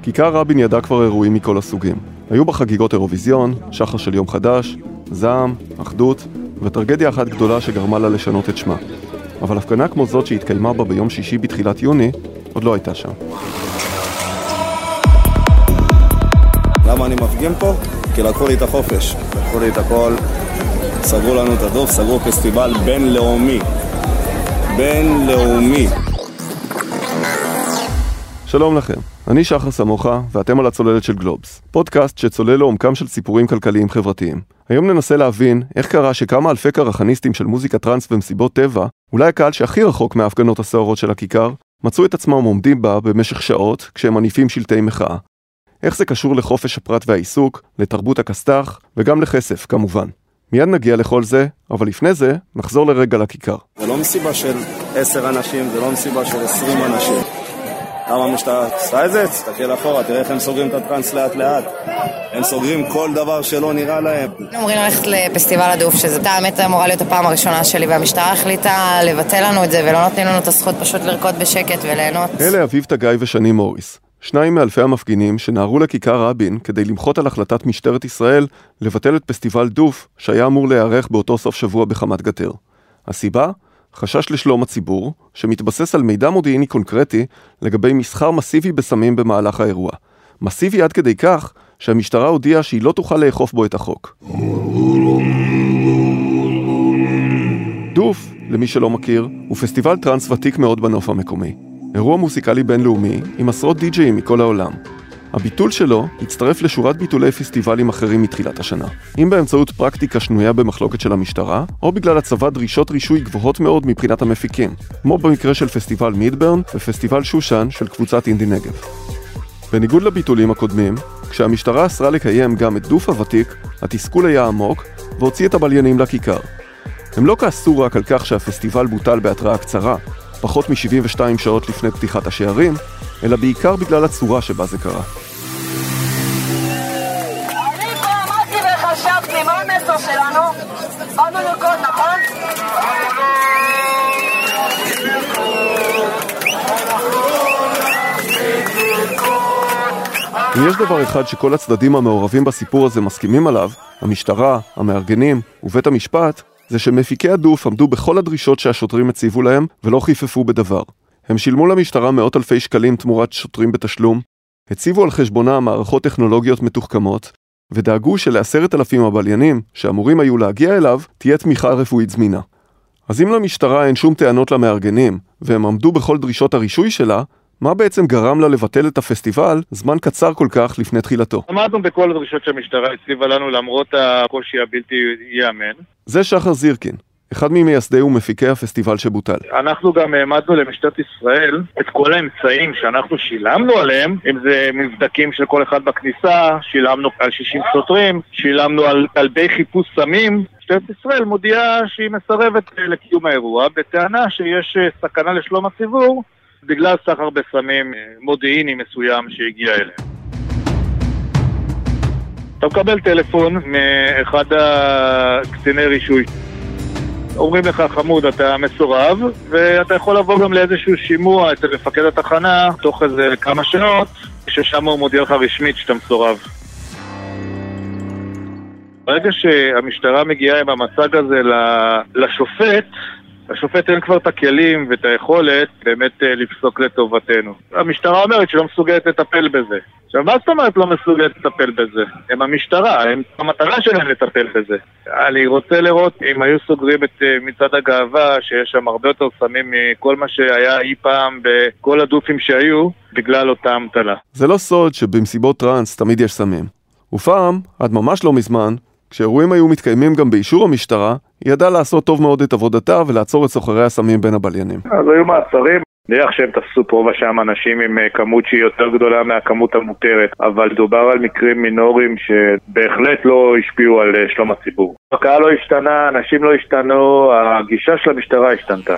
כיכר רבין ידע כבר אירועים מכל הסוגים. היו בחגיגות אירוויזיון, שחר של יום חדש, זעם, אחדות, וטרגדיה אחת גדולה שגרמה לה לשנות את שמה. אבל הפגנה כמו זאת שהתקיימה בה ביום שישי בתחילת יוני, עוד לא הייתה שם. למה אני מפגין פה? כי לקחו לי את החופש, לקחו לי את הכל, סגרו לנו את הדוף, סגרו פסטיבל בינלאומי. בינלאומי. שלום לכם, אני שחר סמוכה ואתם על הצוללת של גלובס, פודקאסט שצולל לעומקם של סיפורים כלכליים חברתיים. היום ננסה להבין איך קרה שכמה אלפי קרחניסטים של מוזיקה טרנס ומסיבות טבע, אולי הקהל שהכי רחוק מההפגנות הסוערות של הכיכר, מצאו את עצמם עומדים בה במשך שעות כשהם מניפים שלטי מחאה. איך זה קשור לחופש הפרט והעיסוק, לתרבות הכסת"ח וגם לכסף כמובן. מיד נגיע לכל זה, אבל לפני זה נחזור לרגע לכיכר. זה לא מסיבה של 10 אנשים, זה לא מסיבה של 20 אנשים. למה המשטרה עושה את זה? תסתכל אחורה, תראה איך הם סוגרים את הטרנס לאט לאט. הם סוגרים כל דבר שלא נראה להם. אומרים ללכת לפסטיבל הדוף, שזו האמת אמורה להיות הפעם הראשונה שלי, והמשטרה החליטה לבטל לנו את זה, ולא נותנים לנו את הזכות פשוט לרקוד בשקט וליהנות. אלה אביב תגאי ושני מוריס, שניים מאלפי המפגינים שנערו לכיכר רבין כדי למחות על החלטת משטרת ישראל לבטל את פסטיבל דוף שהיה אמור להיערך באותו סוף שבוע בחמת גדר. הסיבה? חשש לשלום הציבור, שמתבסס על מידע מודיעיני קונקרטי לגבי מסחר מסיבי בסמים במהלך האירוע. מסיבי עד כדי כך שהמשטרה הודיעה שהיא לא תוכל לאכוף בו את החוק. דוף, למי שלא מכיר, הוא פסטיבל טרנס ותיק מאוד בנוף המקומי. אירוע מוסיקלי בינלאומי עם עשרות די-ג'יים מכל העולם. הביטול שלו הצטרף לשורת ביטולי פסטיבלים אחרים מתחילת השנה. אם באמצעות פרקטיקה שנויה במחלוקת של המשטרה, או בגלל הצבת דרישות רישוי גבוהות מאוד מבחינת המפיקים, כמו במקרה של פסטיבל מידברן ופסטיבל שושן של קבוצת אינדי נגב. בניגוד לביטולים הקודמים, כשהמשטרה אסרה לקיים גם את דוף הוותיק, התסכול היה עמוק והוציא את הבליינים לכיכר. הם לא כעסו רק על כך שהפסטיבל בוטל בהתראה קצרה, פחות מ-72 שעות לפני פתיחת השערים, אלא בעיקר בגלל הצורה שבה זה קרה. אני פה אמרתי וחשבתי, מה המסר שלנו? באנו לרקוד, נכון? אם יש דבר אחד שכל הצדדים המעורבים בסיפור הזה מסכימים עליו, המשטרה, המארגנים ובית המשפט, זה שמפיקי הדוף עמדו בכל הדרישות שהשוטרים הציבו להם ולא חיפפו בדבר. הם שילמו למשטרה מאות אלפי שקלים תמורת שוטרים בתשלום, הציבו על חשבונה מערכות טכנולוגיות מתוחכמות, ודאגו של10,000 הבליינים שאמורים היו להגיע אליו תהיה תמיכה רפואית זמינה. אז אם למשטרה אין שום טענות למארגנים, והם עמדו בכל דרישות הרישוי שלה, מה בעצם גרם לה לבטל את הפסטיבל זמן קצר כל כך לפני תחילתו? עמדנו בכל הדרישות שהמשטרה הציבה לנו למרות הקושי הבלתי ייאמן. זה שחר זירקין, אחד ממייסדי ומפיקי הפסטיבל שבוטל. אנחנו גם העמדנו למשטרת ישראל את כל האמצעים שאנחנו שילמנו עליהם, אם זה מבדקים של כל אחד בכניסה, שילמנו על 60 סוטרים, שילמנו על כלבי חיפוש סמים. משטרת ישראל מודיעה שהיא מסרבת לקיום האירוע, בטענה שיש סכנה לשלום הציבור, בגלל סחר בסמים מודיעיני מסוים שהגיע אליהם. אתה מקבל טלפון מאחד הקציני רישוי. אומרים לך, חמוד, אתה מסורב, ואתה יכול לבוא גם לאיזשהו שימוע אצל מפקד התחנה, תוך איזה כמה שעות, ששם הוא מודיע לך רשמית שאתה מסורב. ברגע שהמשטרה מגיעה עם המצג הזה לשופט, השופט אין כבר את הכלים ואת היכולת באמת לפסוק לטובתנו. המשטרה אומרת שלא מסוגלת לטפל בזה. עכשיו, מה זאת אומרת לא מסוגלת לטפל בזה? הם המשטרה, המטרה שלהם לטפל בזה. אני רוצה לראות אם היו סוגרים את מצעד הגאווה, שיש שם הרבה יותר סמים מכל מה שהיה אי פעם בכל הדופים שהיו, בגלל אותה המטלה. זה לא סוד שבמסיבות טרנס תמיד יש סמים. ופעם, עד ממש לא מזמן, כשאירועים היו מתקיימים גם באישור המשטרה, היא ידעה לעשות טוב מאוד את עבודתה ולעצור את סוחרי הסמים בין הבליינים. אז היו מעצרים. נראה שהם תפסו פה ושם אנשים עם כמות שהיא יותר גדולה מהכמות המותרת, אבל דובר על מקרים מינוריים שבהחלט לא השפיעו על שלום הציבור. הקהל לא השתנה, אנשים לא השתנו, הגישה של המשטרה השתנתה.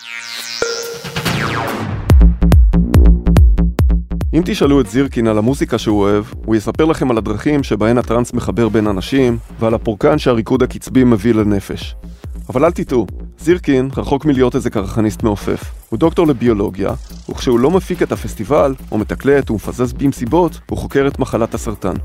אם תשאלו את זירקין על המוזיקה שהוא אוהב, הוא יספר לכם על הדרכים שבהן הטרנס מחבר בין אנשים, ועל הפורקן שהריקוד הקצבי מביא לנפש. אבל אל תטעו, זירקין רחוק מלהיות איזה קרחניסט מעופף. הוא דוקטור לביולוגיה, וכשהוא לא מפיק את הפסטיבל, או מתקלט ומפזז במסיבות, הוא חוקר את מחלת הסרטן.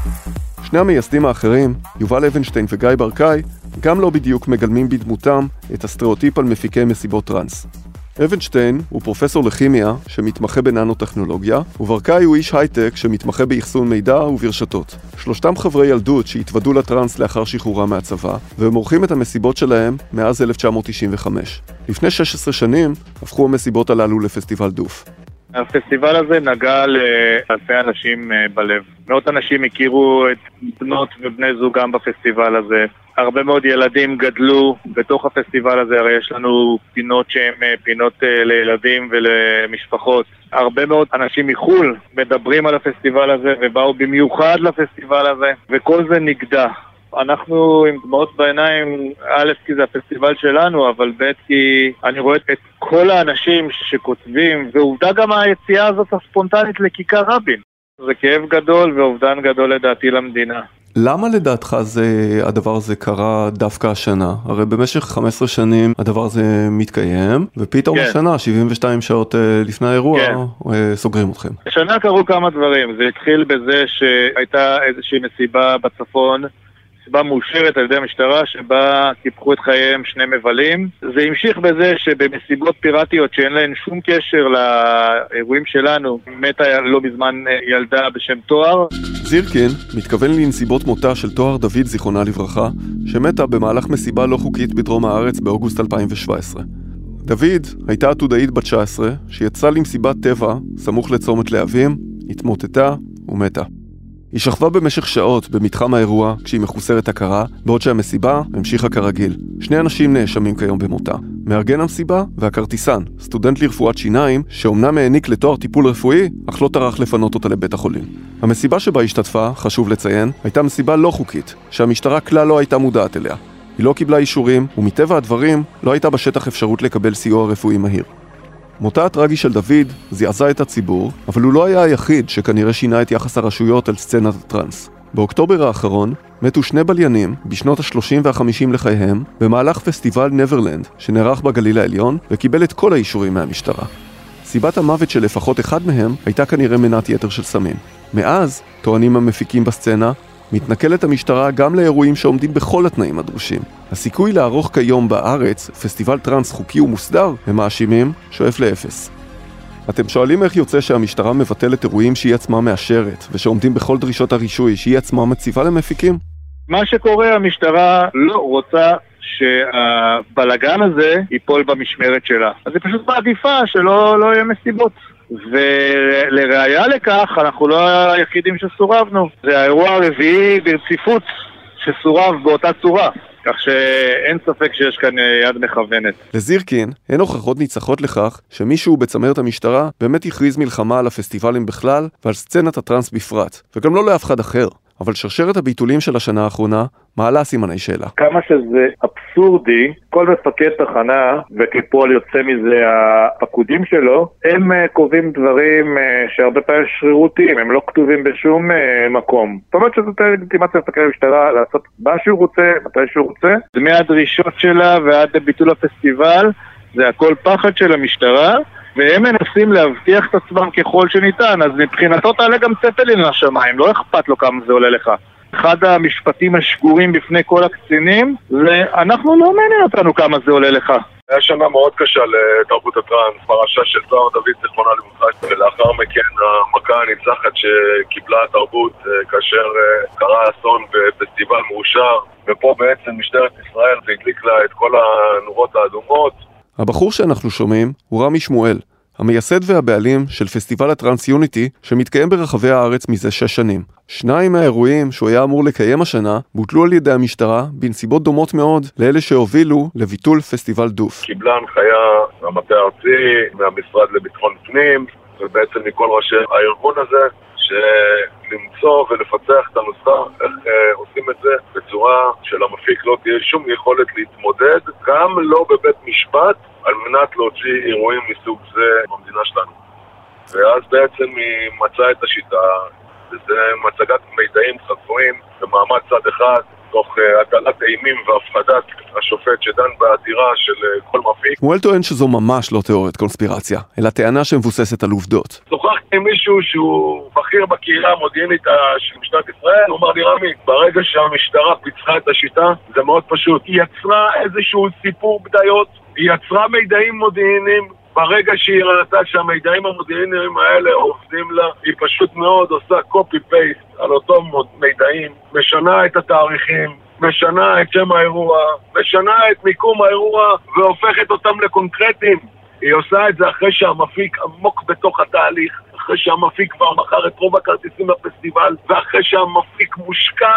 שני המייסדים האחרים, יובל אבנשטיין וגיא ברקאי, גם לא בדיוק מגלמים בדמותם את הסטריאוטיפ על מפיקי מסיבות טרנס. אבנשטיין הוא פרופסור לכימיה שמתמחה בננו-טכנולוגיה, וברקאי הוא איש הייטק שמתמחה באחסון מידע וברשתות. שלושתם חברי ילדות שהתוודעו לטרנס לאחר שחרורם מהצבא, והם עורכים את המסיבות שלהם מאז 1995. לפני 16 שנים הפכו המסיבות הללו לפסטיבל דוף. הפסטיבל הזה נגע לאלפי אנשים בלב. מאות אנשים הכירו את בנות ובני זוגם בפסטיבל הזה. הרבה מאוד ילדים גדלו בתוך הפסטיבל הזה, הרי יש לנו פינות שהן פינות לילדים ולמשפחות. הרבה מאוד אנשים מחול מדברים על הפסטיבל הזה ובאו במיוחד לפסטיבל הזה, וכל זה נגדע. אנחנו עם דמעות בעיניים, א' כי זה הפסטיבל שלנו, אבל ב' כי אני רואה את כל האנשים שכותבים, ועובדה גם היציאה הזאת הספונטנית לכיכר רבין. זה כאב גדול ואובדן גדול לדעתי למדינה. למה לדעתך הדבר הזה קרה דווקא השנה? הרי במשך 15 שנים הדבר הזה מתקיים, ופתאום השנה, 72 שעות לפני האירוע, סוגרים אתכם. השנה קרו כמה דברים. זה התחיל בזה שהייתה איזושהי מסיבה בצפון, מסיבה מאושרת על ידי המשטרה שבה קיפחו את חייהם שני מבלים. זה המשיך בזה שבמסיבות פיראטיות שאין להן שום קשר לאירועים שלנו, מתה לא מזמן ילדה בשם תואר. זירקין מתכוון לנסיבות מותה של תואר דוד זיכרונה לברכה, שמתה במהלך מסיבה לא חוקית בדרום הארץ באוגוסט 2017. דוד הייתה עתודאית בת 19 שיצאה למסיבת טבע סמוך לצומת להבים, התמוטטה ומתה. היא שכבה במשך שעות במתחם האירוע כשהיא מחוסרת הכרה, בעוד שהמסיבה המשיכה כרגיל. שני אנשים נאשמים כיום במותה. מארגן המסיבה והכרטיסן, סטודנט לרפואת שיניים, שאומנם העניק לתואר טיפול רפואי, אך לא טרח לפנות אותה לבית החולים. המסיבה שבה השתתפה, חשוב לציין, הייתה מסיבה לא חוקית, שהמשטרה כלל לא הייתה מודעת אליה. היא לא קיבלה אישורים, ומטבע הדברים לא הייתה בשטח אפשרות לקבל סיוע רפואי מהיר. מותה הטרגי של דוד זעזע את הציבור, אבל הוא לא היה היחיד שכנראה שינה את יחס הרשויות על סצנת הטרנס. באוקטובר האחרון מתו שני בליינים בשנות ה-30 וה-50 לחייהם במהלך פסטיבל נברלנד שנערך בגליל העליון וקיבל את כל האישורים מהמשטרה. סיבת המוות של לפחות אחד מהם הייתה כנראה מנת יתר של סמים. מאז, טוענים המפיקים בסצנה, מתנכלת המשטרה גם לאירועים שעומדים בכל התנאים הדרושים. הסיכוי לערוך כיום בארץ פסטיבל טרנס חוקי ומוסדר, הם מאשימים, שואף לאפס. אתם שואלים איך יוצא שהמשטרה מבטלת אירועים שהיא עצמה מאשרת, ושעומדים בכל דרישות הרישוי שהיא עצמה מציבה למפיקים? מה שקורה, המשטרה לא רוצה שהבלגן הזה ייפול במשמרת שלה. אז היא פשוט מעדיפה שלא יהיה מסיבות. ולראיה לכך, אנחנו לא היחידים שסורבנו. זה האירוע הרביעי ברציפות שסורב באותה צורה. כך שאין ספק שיש כאן יד מכוונת. לזירקין, אין הוכחות ניצחות לכך שמישהו בצמרת המשטרה באמת הכריז מלחמה על הפסטיבלים בכלל ועל סצנת הטרנס בפרט, וגם לא לאף אחד אחר. אבל שרשרת הביטולים של השנה האחרונה מעלה סימני שאלה. כמה שזה אבסורדי, כל מפקד תחנה, וכפועל יוצא מזה הפקודים שלו, הם קובעים דברים שהרבה פעמים שרירותיים, הם לא כתובים בשום מקום. זאת אומרת שזאת לגיטימציה לפקד המשטרה לעשות מה שהוא רוצה, מתי שהוא רוצה. מהדרישות שלה ועד ביטול הפסטיבל, זה הכל פחד של המשטרה, והם מנסים להבטיח את עצמם ככל שניתן, אז מבחינתו תעלה גם צפלין לשמיים, לא אכפת לו כמה זה עולה לך. אחד המשפטים השגורים בפני כל הקצינים, זה אנחנו לא מעניין אותנו כמה זה עולה לך. היה שנה מאוד קשה לתרבות הטרנס, פרשה של תואר דוד זיכרונה לברכה, ולאחר מכן המכה הניצחת שקיבלה התרבות כאשר קרה אסון בפסטיבל מאושר, ופה בעצם משטרת ישראל והדליק לה את כל הנורות האדומות. הבחור שאנחנו שומעים הוא רמי שמואל, המייסד והבעלים של פסטיבל הטרנס יוניטי שמתקיים ברחבי הארץ מזה 6 שנים. 2 מהאירועים שהוא היה אמור לקיים השנה בוטלו על ידי המשטרה בנסיבות דומות מאוד לאלה שהובילו לביטול פסטיבל דוף. קיבלה הנחיה מהמטה הארצי, מהמשרד לביטחון פנים ובעצם מכל ראשי הארגון הזה שלמצוא ולפצח את הנוסחה איך עושים את זה בצורה שלמפיק לא תהיה שום יכולת להתמודד, גם לא בבית משפט, על מנת להוציא אירועים מסוג זה במדינה שלנו. ואז בעצם היא מצאה את השיטה, וזה מצגת מידעים חסויים במעמד צד אחד, תוך הטלת אימים והפחדת השופט שדן בעתירה של כל מפיק. שמואל טוען שזו ממש לא תיאוריית קונספירציה, אלא טענה שמבוססת על עובדות. שוחחתי עם מישהו שהוא בכיר בקהילה המודיעינית של משטרת ישראל, הוא אמר לי, רמי, ברגע שהמשטרה פיצחה את השיטה, זה מאוד פשוט. היא יצרה איזשהו סיפור בדיות, היא יצרה מידעים מודיעיניים, ברגע שהיא ראתה שהמידעים המודיעיניים האלה עובדים לה, היא פשוט מאוד עושה copy-paste על אותם מידעים, משנה את התאריכים, משנה את שם האירוע, משנה את מיקום האירוע והופכת אותם לקונקרטיים. היא עושה את זה אחרי שהמפיק עמוק בתוך התהליך, אחרי שהמפיק כבר מכר את רוב הכרטיסים בפסטיבל, ואחרי שהמפיק מושקע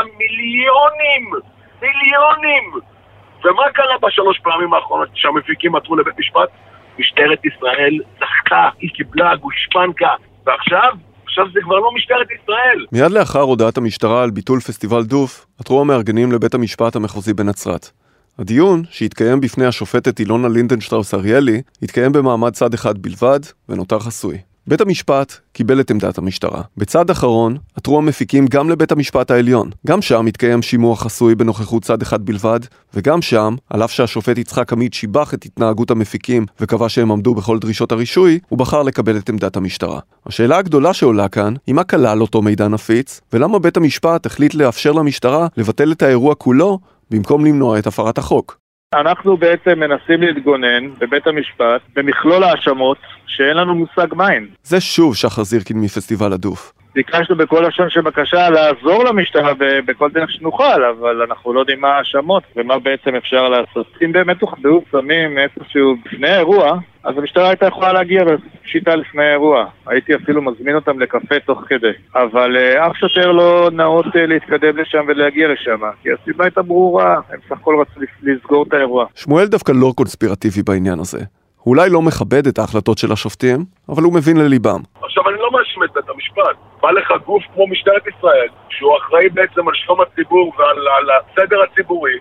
מיליונים. ומה קרה בשלוש פעמים האחרונות שהמפיקים עתרו לבית משפט? משטרת ישראל זכתה, היא קיבלה גושפנקה, ועכשיו זה כבר לא משטרת ישראל. מיד לאחר הודעת המשטרה על ביטול פסטיבל דוף, עתרו המארגנים לבית המשפט המחוזי בנצרת. הדיון, שהתקיים בפני השופטת אילונה לינדנשטראוס אריאלי, התקיים במעמד צד אחד בלבד ונותר חסוי. בית המשפט קיבל את עמדת המשטרה. בצד אחרון, עתרו המפיקים גם לבית המשפט העליון. גם שם התקיים שימוע חסוי בנוכחות צד אחד בלבד, וגם שם, על אף שהשופט יצחק עמית שיבח את התנהגות המפיקים וקבע שהם עמדו בכל דרישות הרישוי, הוא בחר לקבל את עמדת המשטרה. השאלה הגדולה שעולה כאן, היא מה כלל אותו מידע נפיץ, ולמה בית המשפט החליט לאפשר למשטרה לבטל את האירוע כולו, במקום למנוע את הפרת החוק. אנחנו בעצם מנסים להתגונן בבית המשפט במכלול האשמות שאין לנו מושג מהן. זה שוב שחר זירקין מפסטיבל הדוף. ביקשנו בכל לשון שבקשה לעזור למשטרה בכל דרך שנוכל, אבל אנחנו לא יודעים מה האשמות ומה בעצם אפשר לעשות. אם באמת הוחבאו סמים איפשהו לפני האירוע, אז המשטרה הייתה יכולה להגיע בשיטה לפני האירוע. הייתי אפילו מזמין אותם לקפה תוך כדי. אבל אף שוטר לא נאות להתקדם לשם ולהגיע לשם, כי הסיבה הייתה ברורה, הם סך הכל רצו לסגור את האירוע. שמואל דווקא לא קונספירטיבי בעניין הזה. הוא אולי לא מכבד את ההחלטות של השופטים, אבל הוא מבין לליבם. עכשיו אני לא מאשים את בית המשפט. בא לך גוף כמו משטרת ישראל, שהוא אחראי בעצם על שלום הציבור ועל הסדר הציבורי,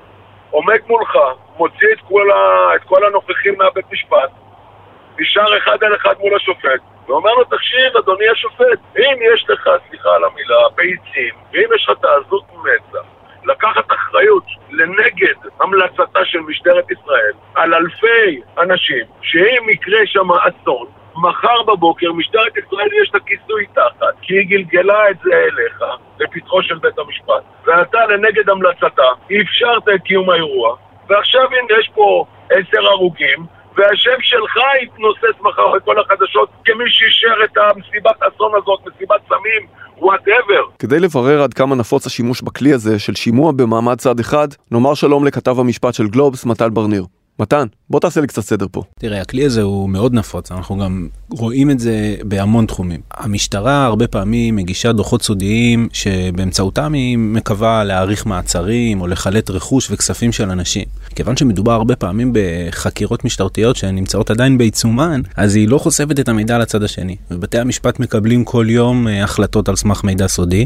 עומד מולך, מוציא את כל הנוכחים מהבית משפט, נשאר אחד על אחד מול השופט, ואומר לו, תקשיב, אדוני השופט, אם יש לך, סליחה על המילה, ביצים, ואם יש לך תעזות מצח, לקחת אחריות לנגד המלצתה של משטרת ישראל על אלפי אנשים, שאם יקרה שם אסון, מחר בבוקר משטרת ישראל יש את הכיסוי תחת, כי היא גלגלה את זה אליך, לפתחו של בית המשפט. ואתה לנגד המלצתה, אפשרת את קיום האירוע, ועכשיו הנה יש פה 10 הרוגים, והשם שלך יתנוסס מחר בכל החדשות כמי שאישר את המסיבת אסון הזאת, מסיבת סמים, whatever. כדי לברר עד כמה נפוץ השימוש בכלי הזה של שימוע במעמד צד אחד, נאמר שלום לכתב המשפט של גלובס, מתן ברניר. מתן, בוא תעשה לי קצת סדר פה. תראה, הכלי הזה הוא מאוד נפוץ, אנחנו גם רואים את זה בהמון תחומים. המשטרה הרבה פעמים מגישה דוחות סודיים שבאמצעותם היא מקווה להאריך מעצרים או לחלט רכוש וכספים של אנשים. כיוון שמדובר הרבה פעמים בחקירות משטרתיות שנמצאות עדיין בעיצומן, אז היא לא חושפת את המידע לצד השני. ובתי המשפט מקבלים כל יום החלטות על סמך מידע סודי.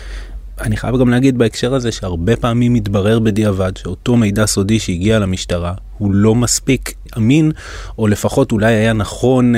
אני חייב גם להגיד בהקשר הזה שהרבה פעמים מתברר בדיעבד שאותו מידע סודי שהגיע למשטרה הוא לא מספיק אמין, או לפחות אולי היה נכון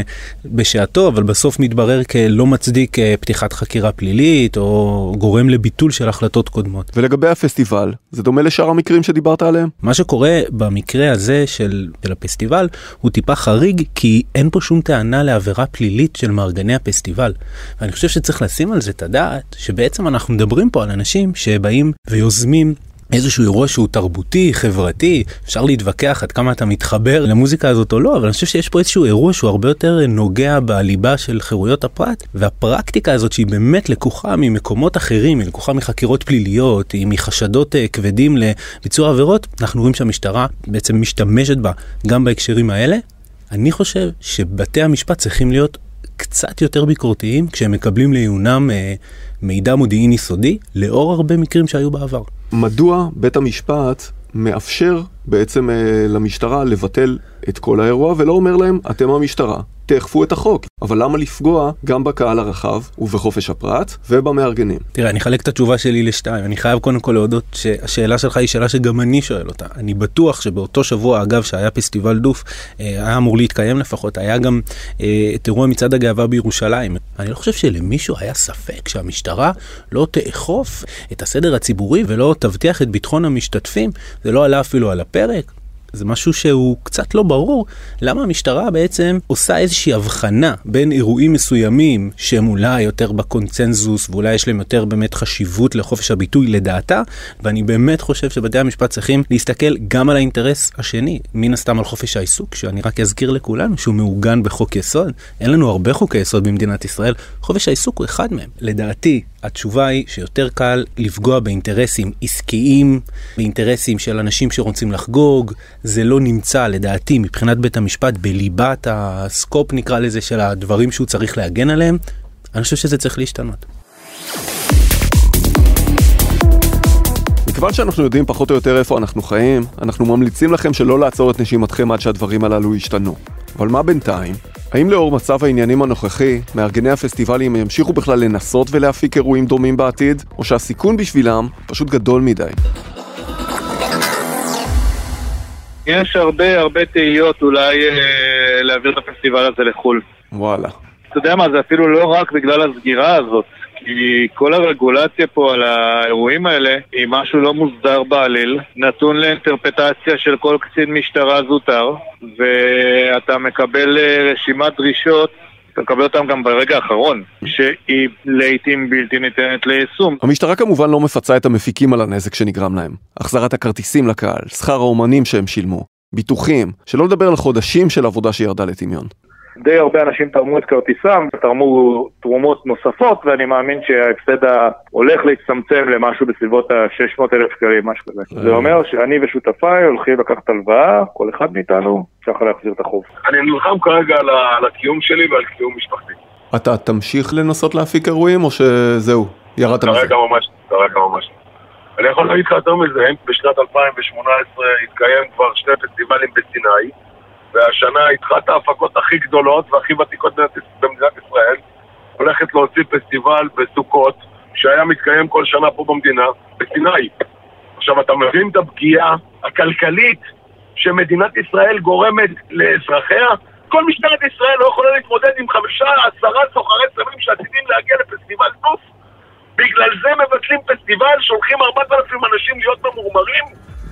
בשעתו, אבל בסוף מתברר כלא מצדיק פתיחת חקירה פלילית, או גורם לביטול של החלטות קודמות. ולגבי הפסטיבל, זה דומה לשאר המקרים שדיברת עליהם? מה שקורה במקרה הזה של הפסטיבל, הוא טיפה חריג, כי אין פה שום טענה לעבירה פלילית של מארגני הפסטיבל. ואני חושב שצריך לשים על זה את הדעת, שבעצם אנחנו מדברים פה על אנשים שבאים ויוזמים איזשהו אירוע שהוא תרבותי, חברתי, אפשר להתווכח עד כמה אתה מתחבר למוזיקה הזאת או לא, אבל אני חושב שיש פה איזשהו אירוע שהוא הרבה יותר נוגע בליבה של חירויות הפרט, והפרקטיקה הזאת שהיא באמת לקוחה ממקומות אחרים, היא לקוחה מחקירות פליליות, היא מחשדות כבדים לביצוע עבירות, אנחנו רואים שהמשטרה בעצם משתמשת בה גם בהקשרים האלה. אני חושב שבתי המשפט צריכים להיות קצת יותר ביקורתיים כשהם מקבלים לעיונם מידע מודיעיני סודי, לאור הרבה מקרים שהיו בעבר. מדוע בית המשפט מאפשר בעצם למשטרה לבטל את כל האירוע ולא אומר להם, אתם המשטרה, תאכפו את החוק. אבל למה לפגוע גם בקהל הרחב ובחופש הפרט ובמארגנים? תראה, אני חלק את התשובה שלי לשתיים. אני חייב קודם כל להודות שהשאלה שלך היא שאלה שגם אני שואל אותה. אני בטוח שבאותו שבוע, אגב, שהיה פסטיבל דוף, היה אמור להתקיים לפחות, היה גם את אירוע מצעד הגאווה בירושלים. אני לא חושב שלמישהו היה ספק שהמשטרה לא תאכוף את הסדר הציבורי ולא תבטיח את ביטחון המשתתפים. זה לא עלה אפילו על הפרק. זה משהו שהוא קצת לא ברור, למה המשטרה בעצם עושה איזושהי הבחנה בין אירועים מסוימים שהם אולי יותר בקונצנזוס ואולי יש להם יותר באמת חשיבות לחופש הביטוי לדעתה, ואני באמת חושב שבתי המשפט צריכים להסתכל גם על האינטרס השני, מן הסתם על חופש העיסוק, שאני רק אזכיר לכולנו שהוא מעוגן בחוק יסוד. אין לנו הרבה חוקי יסוד במדינת ישראל, חופש העיסוק הוא אחד מהם. לדעתי, התשובה היא שיותר קל לפגוע באינטרסים עסקיים, באינטרסים של אנשים שרוצים לחגוג. זה לא נמצא, לדעתי, מבחינת בית המשפט, בליבת הסקופ, נקרא לזה, של הדברים שהוא צריך להגן עליהם. אני חושב שזה צריך להשתנות. מכיוון שאנחנו יודעים פחות או יותר איפה אנחנו חיים, אנחנו ממליצים לכם שלא לעצור את נשימתכם עד שהדברים הללו ישתנו. אבל מה בינתיים? האם לאור מצב העניינים הנוכחי, מארגני הפסטיבלים ימשיכו בכלל לנסות ולהפיק אירועים דומים בעתיד, או שהסיכון בשבילם פשוט גדול מדי? יש הרבה תהיות אולי להעביר את הפסטיבל הזה לחול. וואלה. אתה יודע מה, זה אפילו לא רק בגלל הסגירה הזאת, כי כל הרגולציה פה על האירועים האלה היא משהו לא מוסדר בעליל, נתון לאינטרפטציה של כל קצין משטרה זוטר, ואתה מקבל רשימת דרישות, אתה מקבל אותם גם ברגע האחרון, שהיא לעתים בלתי ניתנת ליישום. המשטרה כמובן לא מפצה את המפיקים על הנזק שנגרם להם. החזרת הכרטיסים לקהל, שכר האומנים שהם שילמו, ביטוחים, שלא לדבר על חודשים של עבודה שירדה לטמיון. די הרבה אנשים תרמו את כרטיסם, תרמו תרומות נוספות, ואני מאמין שההפסד הולך להצטמצם למשהו בסביבות ה-600,000 שקלים, משהו כזה. זה אומר שאני ושותפיי הולכים לקחת הלוואה, כל אחד מאיתנו, שכה להחזיר את החוב. אני נלחם כרגע על הקיום שלי ועל קיום משפחתי. אתה תמשיך לנסות להפיק אירועים, או שזהו, ירדת מזה? כרגע ממש. אני יכול להגיד לך יותר מזה, בשנת 2018 התקיים כבר 2 פסטיבלים בסיני, והשנה התחלת ההפקות הכי גדולות והכי ותיקות במדינת ישראל, הולכת להוציא פסטיבל בסוכות, שהיה מתקיים כל שנה פה במדינה, בסיני. עכשיו אתה מבין את הפגיעה הכלכלית שמדינת ישראל גורמת לאזרחיה? כל משטרת ישראל לא יכולה להתמודד עם 5-10 סוחרי סמים שעתידים להגיע לפסטיבל דוף. בגלל זה מבטלים פסטיבל, שולחים 4,000 אנשים להיות ממורמרים.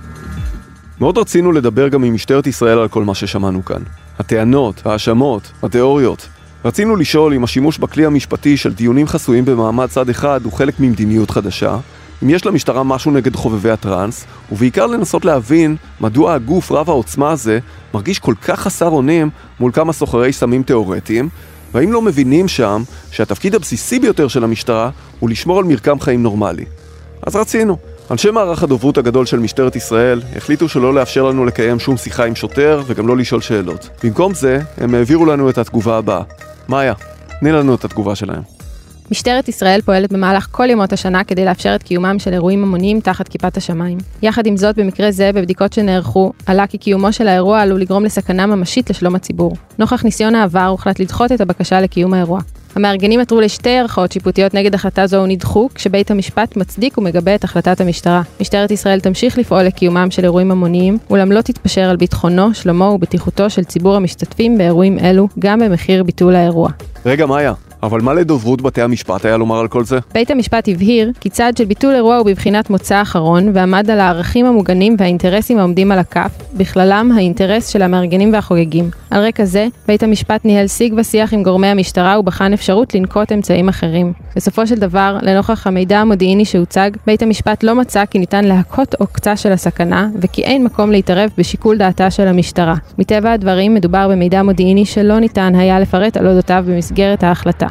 מאוד רצינו לדבר גם עם משטרת ישראל על כל מה ששמענו כאן. הטענות, האשמות, התיאוריות. רצינו לשאול אם השימוש בכלי המשפטי של דיונים חסויים במעמד צד אחד הוא חלק ממדיניות חדשה, אם יש למשטרה משהו נגד חובבי הטרנס, ובעיקר לנסות להבין מדוע הגוף רב העוצמה הזה מרגיש כל כך חסר אונים מול כמה סוחרי סמים תיאורטיים, והאם לא מבינים שם שהתפקיד הבסיסי ביותר של המשטרה הוא לשמור על מרקם חיים נורמלי. אז רצינו. אנשי מערך הדוברות הגדול של משטרת ישראל החליטו שלא לאפשר לנו לקיים שום שיחה עם שוטר וגם לא לשאול שאלות. במקום זה, הם העבירו לנו את התגובה הבאה. מאיה, תני לנו את התגובה שלהם. משטרת ישראל פועלת במהלך כל ימות השנה כדי לאפשר את קיומם של אירועים המוניים תחת כיפת השמיים. יחד עם זאת, במקרה זה, בבדיקות שנערכו, עלה כי קיומו של האירוע עלול לגרום לסכנה ממשית לשלום הציבור. נוכח ניסיון העבר, הוחלט לדחות את הבקשה לקיום האירוע. המארגנים עתרו לשתי ערכאות שיפוטיות נגד החלטה זו ונדחו, כשבית המשפט מצדיק ומגבה את החלטת המשטרה. משטרת ישראל תמשיך לפעול לקיומם של אירועים המוניים, אולם לא תתפשר על ביטחונו, שלומו ובטיחותו של ציבור המשתתפים באירועים אלו, גם במחיר ביטול האירוע. רגע, מאיה, אבל מה לדוברות בתי המשפט היה לומר על כל זה? בית המשפט הבהיר כי צעד של ביטול אירוע הוא בבחינת מוצא אחרון, ועמד על הערכים המוגנים והאינטרסים העומדים על הכף, בכללם האינטרס של המארגנים והחוגגים. על רקע זה, בית המשפט ניהל שיג ושיח עם גורמי המשטרה ובחן אפשרות לנקוט אמצעים אחרים. בסופו של דבר, לנוכח המידע המודיעיני שהוצג, בית המשפט לא מצא כי ניתן להכות עוקצה של הסכנה, וכי אין מקום להתערב בשיקול דעתה של המשטרה. מטבע הדברים, מדובר במידע מודיעיני שלא ניתן היה לפרט על אודותיו במסגרת ההחלטה.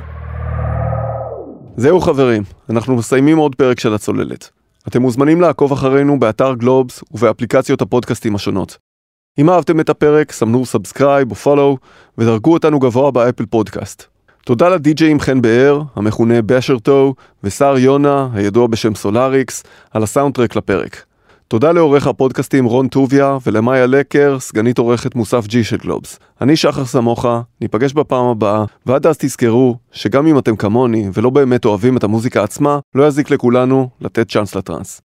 זהו חברים, אנחנו מסיימים עוד פרק של הצוללת. אתם מוזמנים לעקוב אחרינו באתר גלובס ובאפליקציות הפודקאסטים השונות. אם אהבתם את הפרק, סמנו סאבסקרייב או פולו ודרגו אותנו גבוה באפל פודקאסט. תודה לדי-ג'יים חן באר, המכונה בשרטו, ושר יונה, הידוע בשם סולאריקס, על הסאונדטרק לפרק. תודה לעורך הפודקאסטים רון טוביה ולמאיה לקר, סגנית עורכת מוסף G של גלובס. אני שחר סמוכה, ניפגש בפעם הבאה, ועד אז תזכרו שגם אם אתם כמוני ולא באמת אוהבים את המוזיקה עצמה, לא יזיק לכולנו לתת צ'אנס לטרנס.